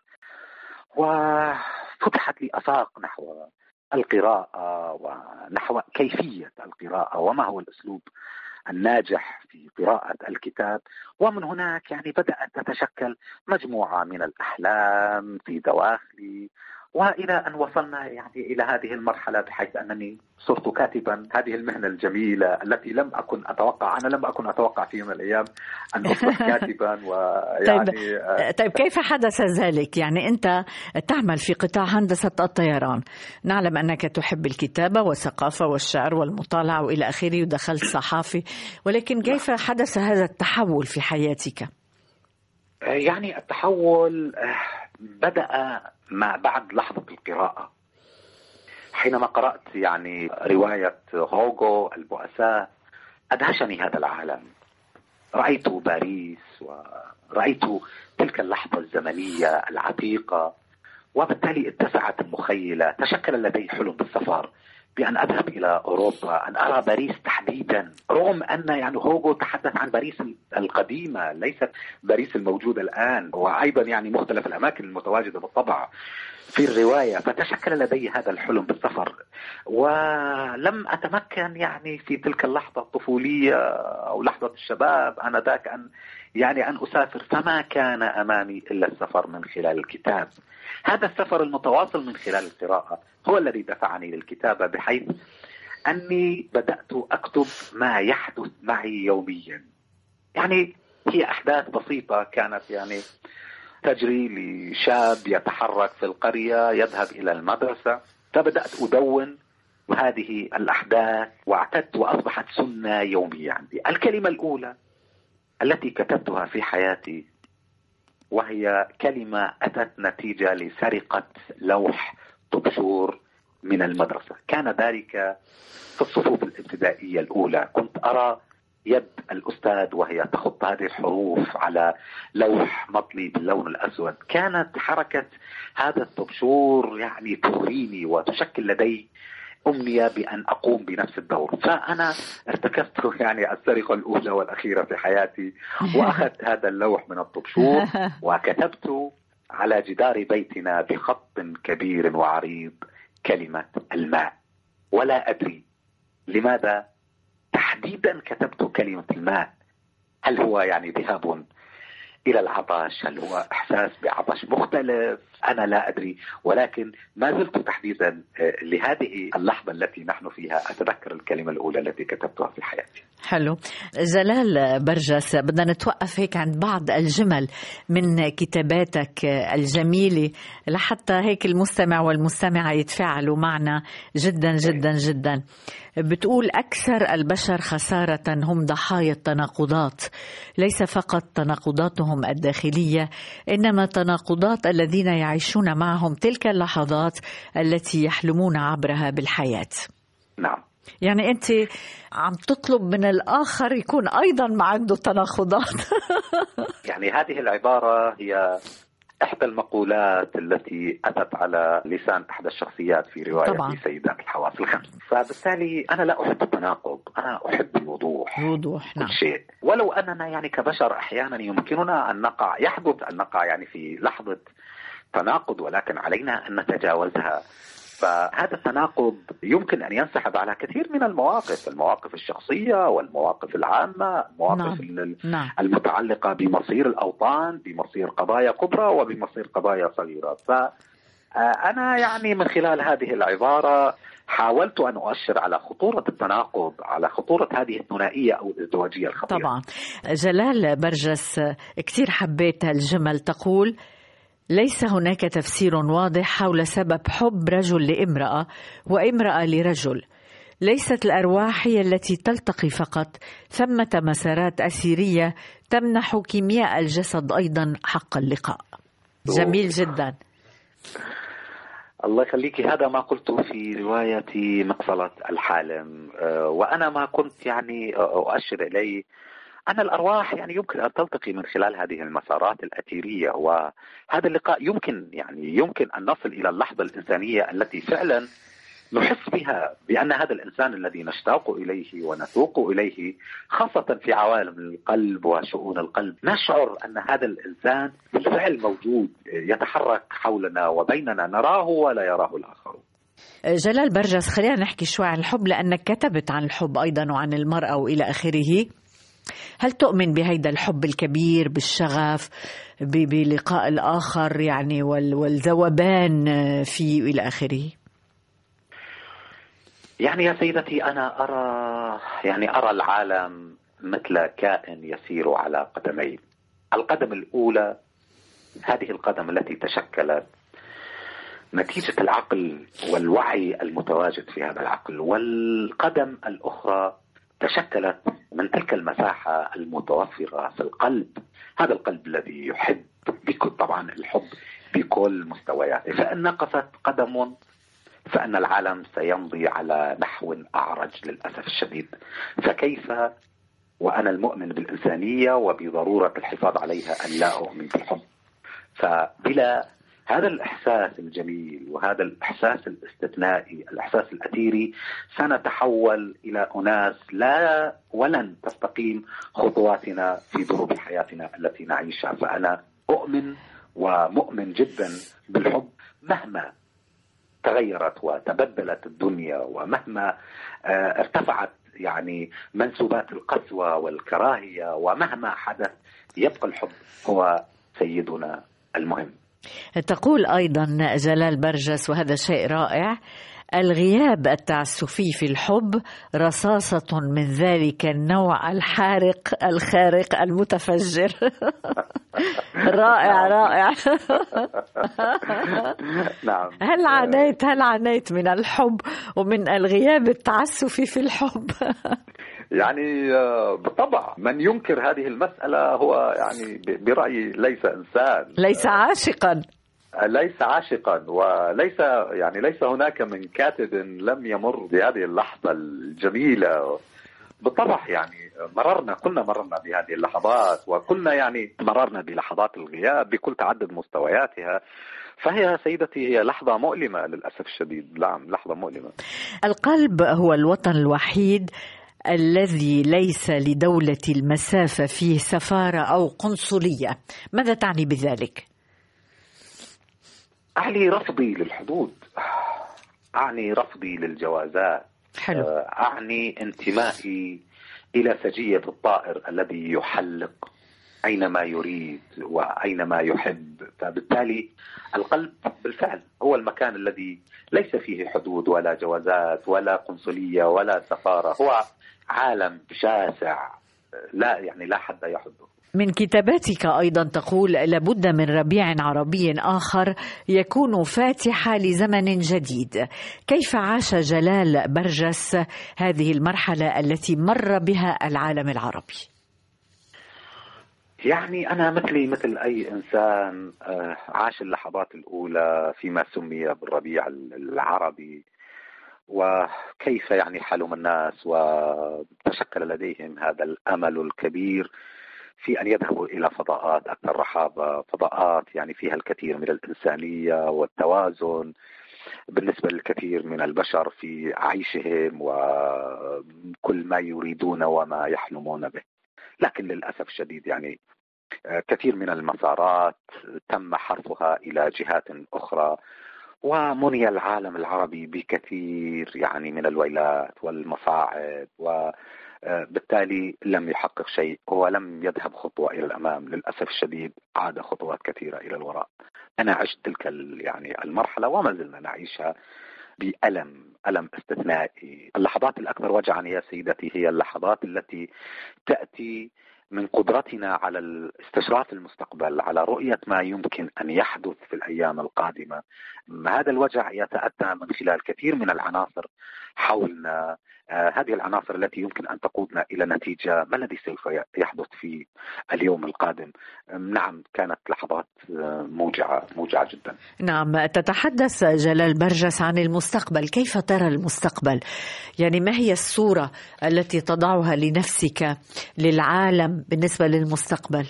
وفتحت لي آفاق نحو القراءة ونحو كيفية القراءة وما هو الأسلوب الناجح في قراءة الكتاب. ومن هناك يعني بدأت تتشكل مجموعة من الأحلام في دواخلي، وإلى أن وصلنا يعني إلى هذه المرحلة بحيث أنني صرت كاتبا. هذه المهنة الجميلة التي لم أكن أتوقع في يوم من الأيام أن أصبح كاتبا. ويعني طيب كيف حدث ذلك؟ يعني أنت تعمل في قطاع هندسة الطيران، نعلم أنك تحب الكتابة والثقافة والشعر والمطالعة وإلى آخره، ودخلت صحافي، ولكن كيف حدث هذا التحول في حياتك؟ يعني التحول بدأ ما بعد لحظة القراءة، حينما قرأت يعني رواية هوغو البؤساء أدهشني هذا العالم. رأيت باريس ورأيت تلك اللحظة الزمنية العتيقة، وبالتالي اتسعت المخيلة. تشكل لدي حلم بالسفر، بأن أذهب إلى أوروبا، أن أرى باريس تحديدا، رغم أن يعني هوغو تحدث عن باريس القديمة ليست باريس الموجودة الآن، وأيضا يعني مختلف الأماكن المتواجدة بالطبع في الرواية. فتشكل لدي هذا الحلم بالسفر، ولم أتمكن يعني في تلك اللحظة الطفولية أو لحظة الشباب آنذاك أن أسافر. فما كان أمامي إلا السفر من خلال الكتاب. هذا السفر المتواصل من خلال القراءة هو الذي دفعني للكتابة، بحيث أني بدأت أكتب ما يحدث معي يوميا. يعني هي أحداث بسيطة كانت يعني تجري لشاب يتحرك في القرية يذهب إلى المدرسة، فبدأت أدون هذه الأحداث واعتدت وأصبحت سنة يومية عندي. الكلمة الأولى التي كتبتها في حياتي وهي كلمة أتت نتيجة لسرقة لوح طبشور من المدرسة. كان ذلك في الصفوف الابتدائية الأولى. كنت أرى يد الأستاذ وهي تخط هذه الحروف على لوح مطلي باللون الأسود. كانت حركة هذا الطبشور يعني تغريني وتشكل لدي أمنية بأن أقوم بنفس الدور. فأنا ارتكبت يعني السرقة الأولى والأخيرة في حياتي، وأخذت هذا اللوح من الطبشور وكتبت على جدار بيتنا بخط كبير وعريض كلمة الماء. ولا أدري لماذا تحديدا كتبت كلمة الماء. هل هو يعني ذهاب إلى العطش؟ هل هو إحساس بعطش مختلف؟ أنا لا أدري، ولكن ما زلت تحديدا لهذه اللحظة التي نحن فيها أتذكر الكلمة الأولى التي كتبتها في حياتي. حلو. جلال برجس، بدنا نتوقف هيك عند بعض الجمل من كتاباتك الجميلة لحتى هيك المستمع والمستمعة يتفاعلوا معنا جدا جدا جدا. بتقول: أكثر البشر خسارة هم ضحايا التناقضات، ليس فقط تناقضاتهم الداخلية، إنما تناقضات الذين يعيشون معهم تلك اللحظات التي يحلمون عبرها بالحياة. نعم. يعني أنت عم تطلب من الآخر يكون أيضا ما عنده تناقضات. يعني هذه العبارة هي إحدى المقولات التي أتت على لسان إحدى الشخصيات في رواية سيدات الحواس الخمس. فبالتالي أنا لا أحب التناقض، أنا أحب الوضوح. نعم. كل شيء، ولو أننا يعني كبشر أحيانا يمكننا أن يحدث أن نقع يعني في لحظة تناقض، ولكن علينا أن نتجاوزها. فهذا التناقض يمكن أن ينسحب على كثير من المواقف الشخصية والمواقف العامة، المواقف المتعلقة بمصير الأوطان، بمصير قضايا كبرى وبمصير قضايا صغيرة. فأنا يعني من خلال هذه العبارة حاولت أن أؤشر على خطورة التناقض، على خطورة هذه الثنائية أو الازدواجية الخطيرة. طبعا. جلال برجس، كتير حبيت الجمل. تقول: ليس هناك تفسير واضح حول سبب حب رجل لامرأة وامرأة لرجل، ليست الأرواح هي التي تلتقي فقط، ثمة مسارات أثيرية تمنح كيمياء الجسد أيضا حق اللقاء. جميل جدا. الله يخليك، هذا ما قلته في رواية مقفلة الحالم، وأنا ما كنت يعني أؤشر إليه أن الأرواح يعني يمكن أن تلتقي من خلال هذه المسارات الأثيرية، وهذا اللقاء يمكن أن نصل إلى اللحظة الإنسانية التي فعلا نحس بها بأن هذا الإنسان الذي نشتاق إليه ونتوق إليه، خاصة في عوالم القلب وشؤون القلب، نشعر أن هذا الإنسان بالفعل موجود يتحرك حولنا وبيننا، نراه ولا يراه الآخرون. جلال برجس، خلينا نحكي شوي عن الحب، لأنك كتبت عن الحب أيضا وعن المرأة وإلى آخره. هل تؤمن بهيدا الحب الكبير، بالشغف، بلقاء الآخر يعني والذوبان فيه إلى آخره؟ يعني يا سيدتي، أنا أرى العالم مثل كائن يسير على قدمين. القدم الأولى هذه القدم التي تشكلت نتيجة العقل والوعي المتواجد في هذا العقل، والقدم الأخرى تشكلت من تلك المساحة المتوفرة في القلب، هذا القلب الذي يحب بكل، طبعا الحب بكل مستوياته. فإن نقصت قدم فإن العالم سيمضي على نحو أعرج للأسف الشديد. فكيف وأنا المؤمن بالإنسانية وبضرورة الحفاظ عليها أن لا أؤمن بالحب؟ فبلا هذا الإحساس الجميل وهذا الإحساس الاستثنائي، الإحساس الأثيري، سنتحول إلى أناس لا ولن تستقيم خطواتنا في ظروف حياتنا التي نعيشها. فأنا أؤمن ومؤمن جدا بالحب مهما تغيرت وتبدلت الدنيا، ومهما ارتفعت يعني منسوبات القسوة والكراهية، ومهما حدث يبقى الحب هو سيدنا المهم. تقول أيضا جلال برجس، وهذا شيء رائع: الغياب التعسفي في الحب رصاصة من ذلك النوع الحارق الخارق المتفجر. رائع رائع. نعم. هل عانيت من الحب ومن الغياب التعسفي في الحب؟ يعني بالطبع من ينكر هذه المسألة هو يعني برأيي ليس إنسان، ليس عاشقا وليس هناك من كاتب لم يمر بهذه اللحظة الجميلة. بالطبع يعني كلنا مررنا بهذه اللحظات، وكلنا يعني مررنا بلحظات الغياب بكل تعدد مستوياتها. فهي سيدتي هي لحظة مؤلمة للأسف الشديد. نعم، لحظة مؤلمة. القلب هو الوطن الوحيد الذي ليس لدولة المسافة فيه سفارة أو قنصلية. ماذا تعني بذلك؟ أعني رفضي للحدود، أعني رفضي للجوازات. حلو. أعني انتمائي إلى سجية الطائر الذي يحلق أينما يريد وأينما يحب. فبالتالي القلب بالفعل هو المكان الذي ليس فيه حدود ولا جوازات ولا قنصلية ولا سفارة، هو عالم شاسع لا حد يحده. من كتاباتك أيضا تقول: لابد من ربيع عربي آخر يكون فاتحة لزمن جديد. كيف عاش جلال برجس هذه المرحلة التي مر بها العالم العربي؟ يعني أنا مثل أي إنسان عاش اللحظات الأولى فيما سمي بالربيع العربي، وكيف يعني حلم الناس وتشكل لديهم هذا الأمل الكبير في أن يذهبوا إلى فضاءات أكثر رحابة، فضاءات يعني فيها الكثير من الإنسانية والتوازن بالنسبة للكثير من البشر في عيشهم وكل ما يريدون وما يحلمون به. لكن للأسف الشديد يعني كثير من المسارات تم حرفها إلى جهات أخرى، ومني العالم العربي بكثير يعني من الويلات والمصاعب، وبالتالي لم يحقق شيء ولم يذهب خطوة إلى الأمام. للأسف الشديد عاد خطوات كثيرة إلى الوراء. أنا عشت تلك يعني المرحلة وما زلنا نعيشها بألم استثنائي. اللحظات الأكثر وجعا يا سيدتي هي اللحظات التي تأتي من قدرتنا على الاستشراف المستقبل، على رؤية ما يمكن أن يحدث في الأيام القادمة. هذا الوجع يتأتى من خلال كثير من العناصر حولنا، هذه العناصر التي يمكن أن تقودنا إلى نتيجة ما الذي سوف يحدث في اليوم القادم. نعم، كانت لحظات موجعة جدا. نعم، تتحدث جلال برجس عن المستقبل. كيف ترى المستقبل؟ يعني ما هي الصورة التي تضعها لنفسك للعالم بالنسبة للمستقبل؟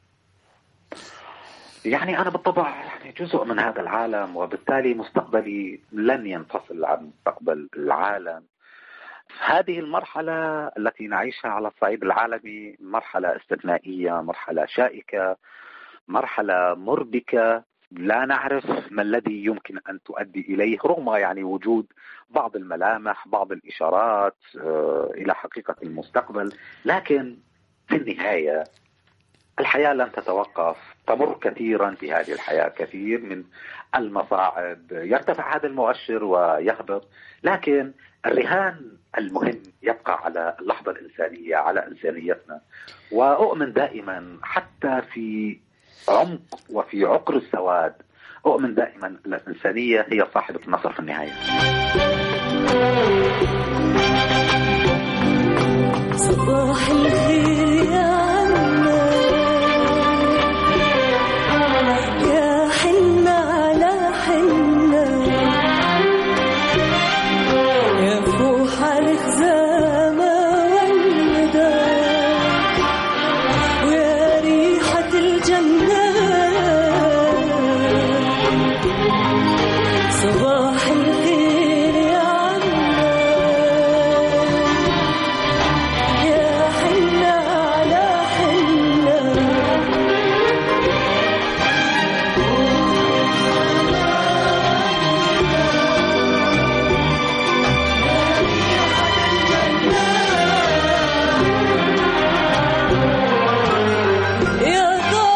يعني أنا بالطبع جزء من هذا العالم، وبالتالي مستقبلي لن ينفصل عن مستقبل العالم. هذه المرحلة التي نعيشها على الصعيد العالمي مرحلة استثنائية، مرحلة شائكة، مرحلة مربكة، لا نعرف ما الذي يمكن أن تؤدي إليه، رغم يعني وجود بعض الملامح، بعض الإشارات إلى حقيقة المستقبل. لكن في النهاية الحياة لن تتوقف، تمر كثيرا في هذه الحياة، كثير من المصاعب، يرتفع هذا المؤشر ويهبط، لكن الرهان المهم يبقى على اللحظة الإنسانية، على إنسانيتنا. وأؤمن دائما حتى في عمق وفي عقر السواد، أؤمن دائما أن الإنسانية هي صاحبة النصر في النهاية. صباح الخير يا عنا، يا حنا على حنا، يا فوح الخزامة والندى، ويا ريحة الجنة. صباح الخير يا عنا، يا حنا على حنا. يا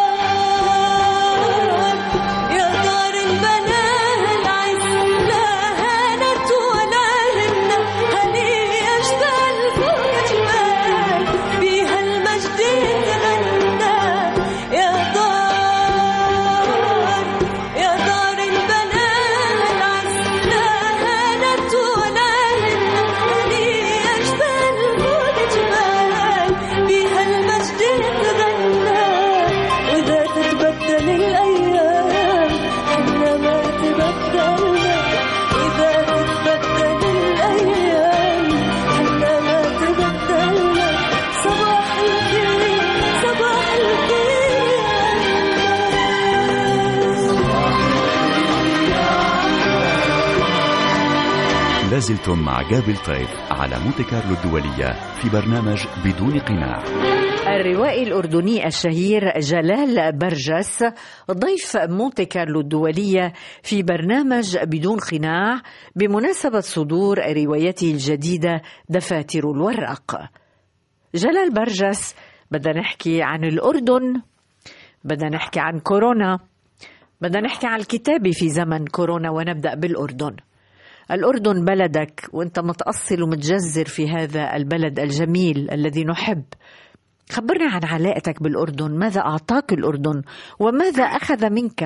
دار البنات العز، لا هانت ولا هنا، هنية اشتاق الفرج جمال، بيها المجد يتغنى. يا دار البنات العز، لا هانت ولا هنا، هنية اشتاق الفرج جمال، بيها المجد يتغنى. وإذا تتبدل الأيام حنا ما تبدلنا، إذا تتبدل الأيام حنا ما تبدلنا. صباح الخير، صباح الخير لازلتم مع جابل طيف على مونتي كارلو الدولية في برنامج بدون قناع. الروائي الأردني الشهير جلال برجس ضيف مونتي كارلو الدولية في برنامج بدون قناع بمناسبة صدور روايته الجديدة دفاتر الورق. جلال برجس، بدنا نحكي عن الأردن، بدنا نحكي عن كورونا، بدنا نحكي عن الكتابة في زمن كورونا، ونبدأ بالأردن. الأردن بلدك، وأنت متأصل ومتجذر في هذا البلد الجميل الذي نحب. خبرنا عن علاقتك بالأردن، ماذا أعطاك الأردن وماذا أخذ منك؟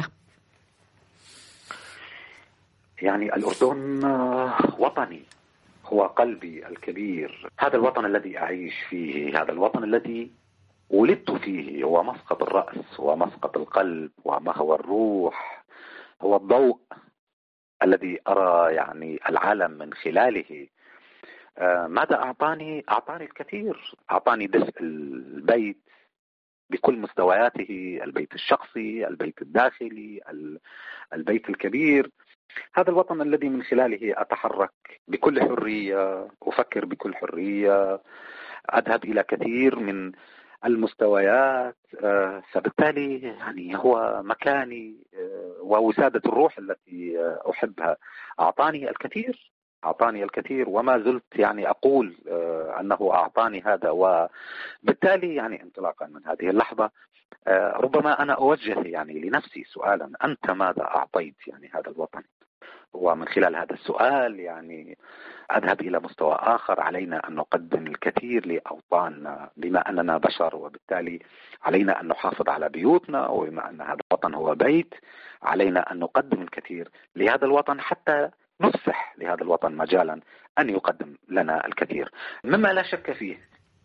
يعني الأردن وطني، هو قلبي الكبير، هذا الوطن الذي أعيش فيه، هذا الوطن الذي ولدت فيه، هو مسقط الرأس ومسقط القلب ومهوى الروح، هو الضوء الذي أرى يعني العالم من خلاله. ماذا أعطاني؟ أعطاني الكثير، أعطاني دفء البيت بكل مستوياته، البيت الشخصي، البيت الداخلي، البيت الكبير، هذا الوطن الذي من خلاله أتحرك بكل حرية، أفكر بكل حرية، أذهب إلى كثير من المستويات. فبالتالي يعني هو مكاني ووسادة الروح التي أحبها. أعطاني الكثير وما زلت يعني أقول أنه أعطاني هذا. وبالتالي يعني انطلاقا من هذه اللحظة ربما أنا أوجه يعني لنفسي سؤالا: أنت ماذا أعطيت يعني هذا الوطن؟ ومن خلال هذا السؤال يعني أذهب إلى مستوى آخر. علينا أن نقدم الكثير لأوطاننا بما أننا بشر، وبالتالي علينا أن نحافظ على بيوتنا، وبما أن هذا الوطن هو بيت علينا أن نقدم الكثير لهذا الوطن حتى نفسح لهذا الوطن مجالا أن يقدم لنا الكثير. مما لا شك فيه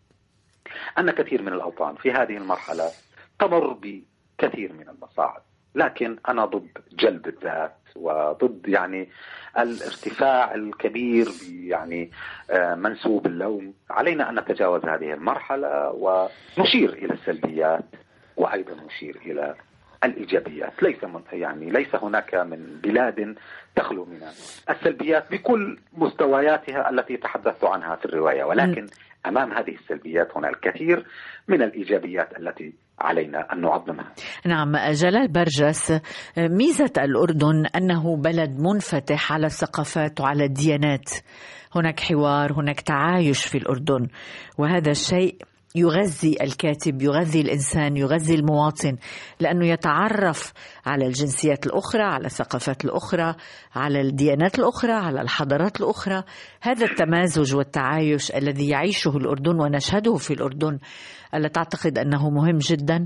أن كثير من الأوطان في هذه المرحلة تمر بكثير من المصاعب، لكن أنا ضد جلب الذات وضد يعني الارتفاع الكبير يعني منسوب اللوم. علينا أن نتجاوز هذه المرحلة ونشير إلى السلبيات وأيضا نشير إلى الإيجابيات. ليس هناك من بلاد تخلو من السلبيات بكل مستوياتها التي تحدثت عنها في الرواية، ولكن أمام هذه السلبيات هنا الكثير من الإيجابيات التي علينا أن نعظمها. نعم جلال برجس، ميزة الأردن أنه بلد منفتح على الثقافات وعلى الديانات، هناك حوار، هناك تعايش في الأردن، وهذا الشيء يغذي الكاتب، يغذي الإنسان، يغذي المواطن، لأنه يتعرف على الجنسيات الأخرى، على الثقافات الأخرى، على الديانات الأخرى، على الحضارات الأخرى. هذا التمازج والتعايش الذي يعيشه الأردن ونشهده في الأردن، ألا تعتقد أنه مهم جدا؟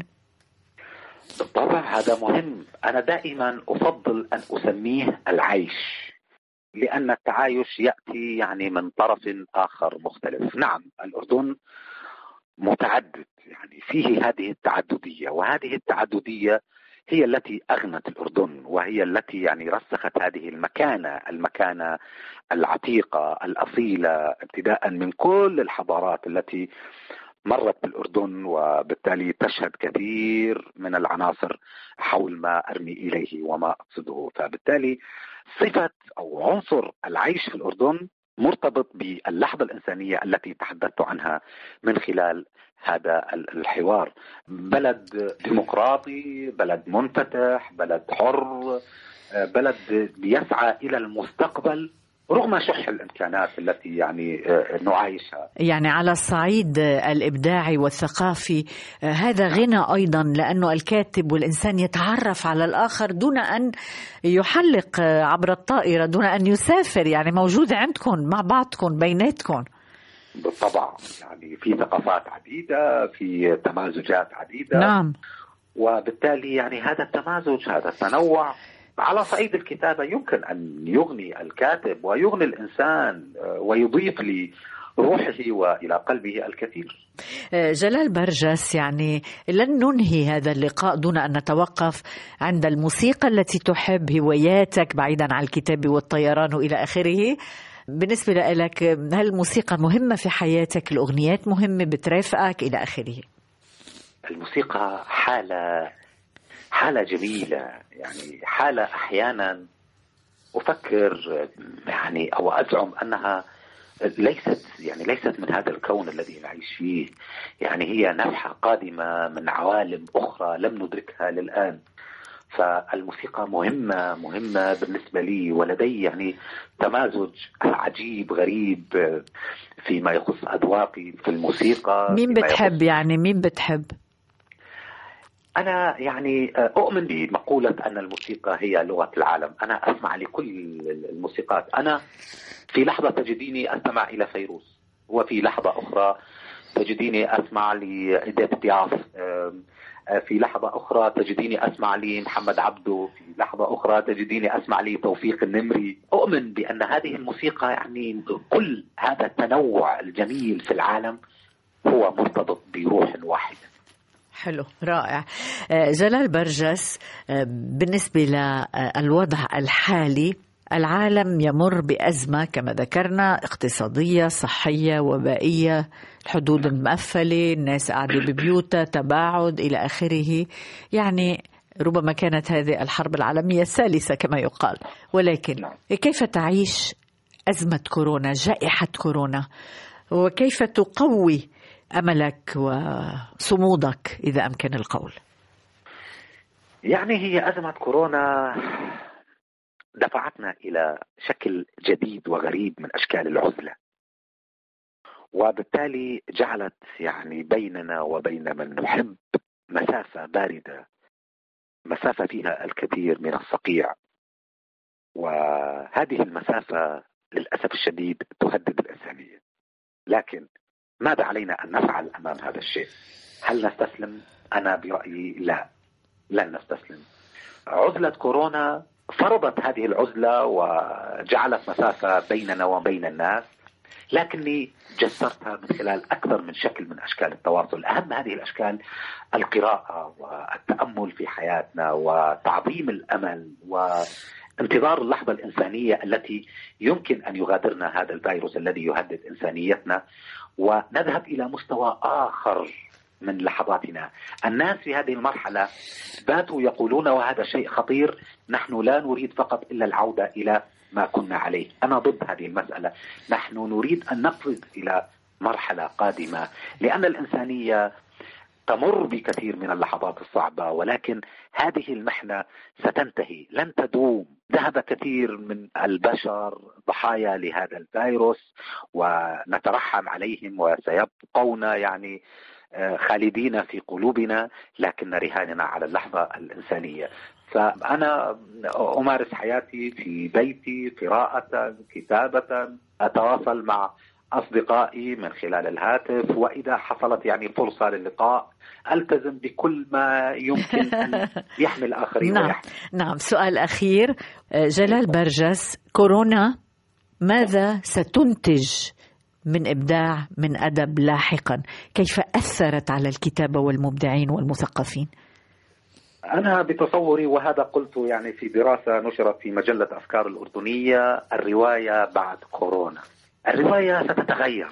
بالطبع هذا مهم. أنا دائما أفضل أن أسميه العيش، لأن التعايش يأتي يعني من طرف آخر مختلف. نعم الأردن متعدد، يعني فيه هذه التعددية، وهذه التعددية هي التي أغنت الأردن، وهي التي يعني رسخت هذه المكانة العتيقة الأصيلة ابتداء من كل الحضارات التي مرت بالأردن، وبالتالي تشهد كثير من العناصر حول ما أرمي إليه وما أقصده. فبالتالي صفة أو عنصر العيش في الأردن مرتبط باللحظة الإنسانية التي تحدثت عنها من خلال هذا الحوار. بلد ديمقراطي، بلد منفتح، بلد حر، بلد بيسعى إلى المستقبل رغم شح الإمكانات التي يعني نعايشها. يعني على الصعيد الإبداعي والثقافي هذا غنى أيضا، لأنه الكاتب والإنسان يتعرف على الآخر دون أن يحلق عبر الطائرة، دون أن يسافر، يعني موجود عندكم مع بعضكم بيناتكم. بالطبع يعني في ثقافات عديدة، في تمازجات عديدة. نعم. وبالتالي يعني هذا التمازج، هذا التنوع على صعيد الكتابة يمكن أن يغني الكاتب ويغني الإنسان ويضيف لروحه وإلى قلبه الكثير. جلال برجس، يعني لن ننهي هذا اللقاء دون أن نتوقف عند الموسيقى التي تحب، هواياتك بعيدا عن الكتاب والطيران وإلى آخره. بالنسبة لك هل الموسيقى مهمة في حياتك؟ الأغنيات مهمة بترافقك إلى آخره؟ الموسيقى حالة جميلة، يعني حالة أحيانا أفكر يعني أو أزعم أنها ليست من هذا الكون الذي نعيش فيه، يعني هي نفحة قادمة من عوالم أخرى لم ندركها للآن. فالموسيقى مهمة بالنسبة لي، ولدي يعني تمازج عجيب غريب فيما يخص أذواقي في الموسيقى. مين بتحب؟ يعني مين بتحب؟ أنا يعني أؤمن بمقولة أن الموسيقى هي لغة العالم. أنا أسمع لكل الموسيقات. أنا في لحظة تجديني أستمع إلى فيروز، وفي لحظة أخرى تجديني أسمع لإيديث بياف، في لحظة أخرى تجديني أسمع لمحمد عبده، في لحظة أخرى تجديني أسمع لتوفيق النمري. أؤمن بأن هذه الموسيقى يعني كل هذا التنوع الجميل في العالم هو مرتبط بروح واحدة. حلو، رائع. جلال برجس، بالنسبة للوضع الحالي، العالم يمر بأزمة كما ذكرنا، اقتصادية، صحية، وبائية، الحدود مقفلة، الناس قاعدة ببيوتها، تباعد إلى آخره. يعني ربما كانت هذه الحرب العالمية الثالثة كما يقال، ولكن كيف تعيش أزمة كورونا، جائحة كورونا، وكيف تقوي أملك وصمودك إذا أمكن القول؟ يعني هي أزمة كورونا دفعتنا إلى شكل جديد وغريب من أشكال العزلة، وبالتالي جعلت يعني بيننا وبين من نحب مسافة باردة، مسافة فيها الكثير من الصقيع. وهذه المسافة للأسف الشديد تهدد الإنسانية. لكن ماذا علينا أن نفعل أمام هذا الشيء؟ هل نستسلم؟ أنا برأيي لا، لن نستسلم. عزلة كورونا فرضت هذه العزلة وجعلت مسافة بيننا وبين الناس، لكني جسرتها من خلال أكثر من شكل من أشكال التواصل. أهم هذه الأشكال القراءة والتأمل في حياتنا وتعظيم الأمل وانتظار اللحظة الإنسانية التي يمكن أن يغادرنا هذا الفيروس الذي يهدد إنسانيتنا، ونذهب إلى مستوى آخر من لحظاتنا. الناس في هذه المرحلة باتوا يقولون، وهذا شيء خطير، نحن لا نريد فقط إلا العودة إلى ما كنا عليه. أنا ضد هذه المسألة. نحن نريد أن نقفز إلى مرحلة قادمة، لأن الإنسانية تمر بكثير من اللحظات الصعبة، ولكن هذه المحنة ستنتهي، لن تدوم. ذهب كثير من البشر ضحايا لهذا الفيروس ونترحم عليهم، وسيبقون يعني خالدين في قلوبنا، لكن رهاننا على اللحظة الإنسانية. فأنا أمارس حياتي في بيتي، قراءة، كتابة، أتواصل مع أصدقائي من خلال الهاتف، وإذا حصلت يعني فرصة للقاء ألتزم بكل ما يمكن أن يحمي الآخرين. نعم. سؤال أخير، جلال برجس، كورونا ماذا ستنتج من إبداع، من أدب لاحقا؟ كيف أثرت على الكتابة والمبدعين والمثقفين؟ أنا بتصوري، وهذا قلت يعني في دراسة نشرت في مجلة أفكار الأردنية، الرواية بعد كورونا. الرواية ستتغير،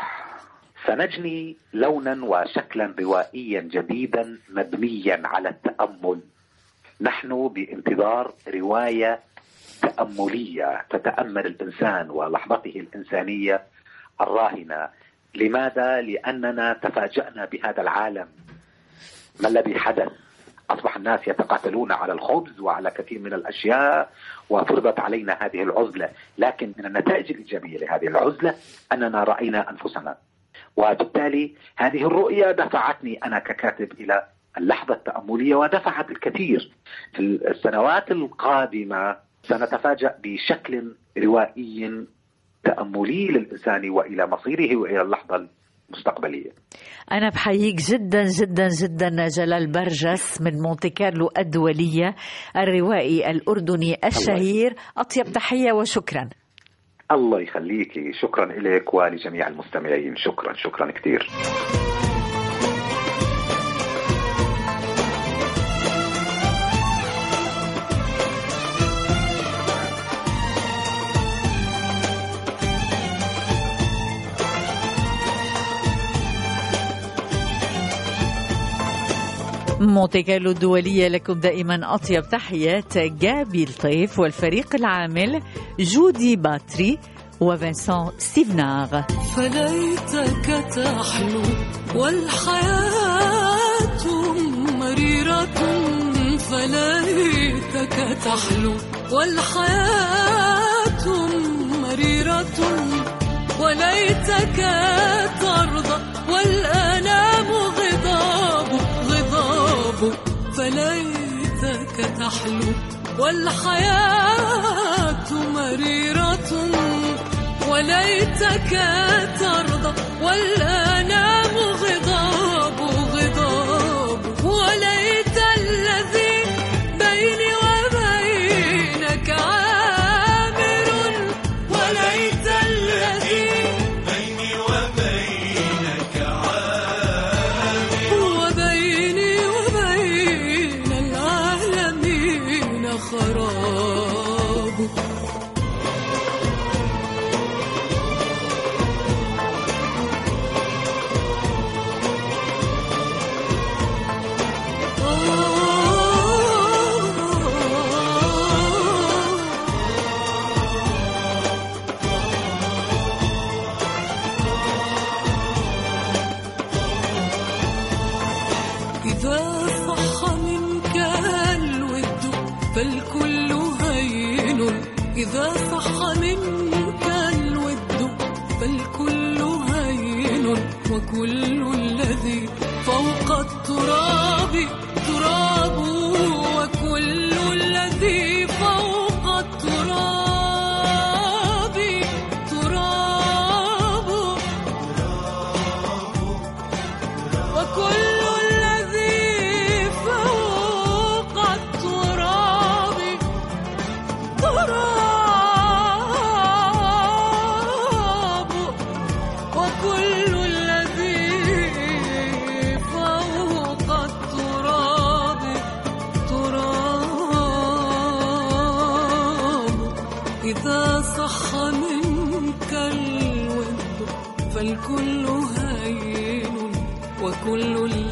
سنجني لونا وشكلا روائيا جديدا مبنيا على التأمل. نحن بانتظار رواية تأملية تتأمل الإنسان ولحظته الإنسانية الراهنة. لماذا؟ لأننا تفاجأنا بهذا العالم. ما الذي حدث؟ أصبح الناس يتقاتلون على الخبز وعلى كثير من الأشياء، وفرضت علينا هذه العزلة. لكن من النتائج الإيجابية لهذه العزلة أننا رأينا أنفسنا، وبالتالي هذه الرؤية دفعتني أنا ككاتب إلى اللحظة التأملية، ودفعت الكثير. في السنوات القادمة سنتفاجأ بشكل روائي تأملي للإنسان وإلى مصيره وإلى اللحظة المستقبلية. أنا بحييك جدا جدا جدا جلال برجس من مونتي كارلو الدولية، الروائي الأردني الشهير. أطيب تحية وشكرا. الله يخليكي، شكرا لك ولجميع المستمعين. شكرا كثير. مونتي كارلو الدولية لكم دائما أطيب تحيات جابي الطيف والفريق العامل جودي باتري وفنسان ستيفنار. فليتك تحلو والحياة مريرة، فليتك تحلو والحياة مريرة، وليتك ترضى والأنام غضاب. فليتك تحلو والحياة مريرة، وليتك ترضى والأنام غضاب. وليت الذي بيني وبينك عامر، وليت الذي بيني وبينك عامر، وبيني وبين العالمين خراب. إذا صح منك الود فالكل هين، إذا صح منك الود فالكل هين، وكل الذي فوق التراب تراب، وكل الذي فوق التراب فالكل هين وكل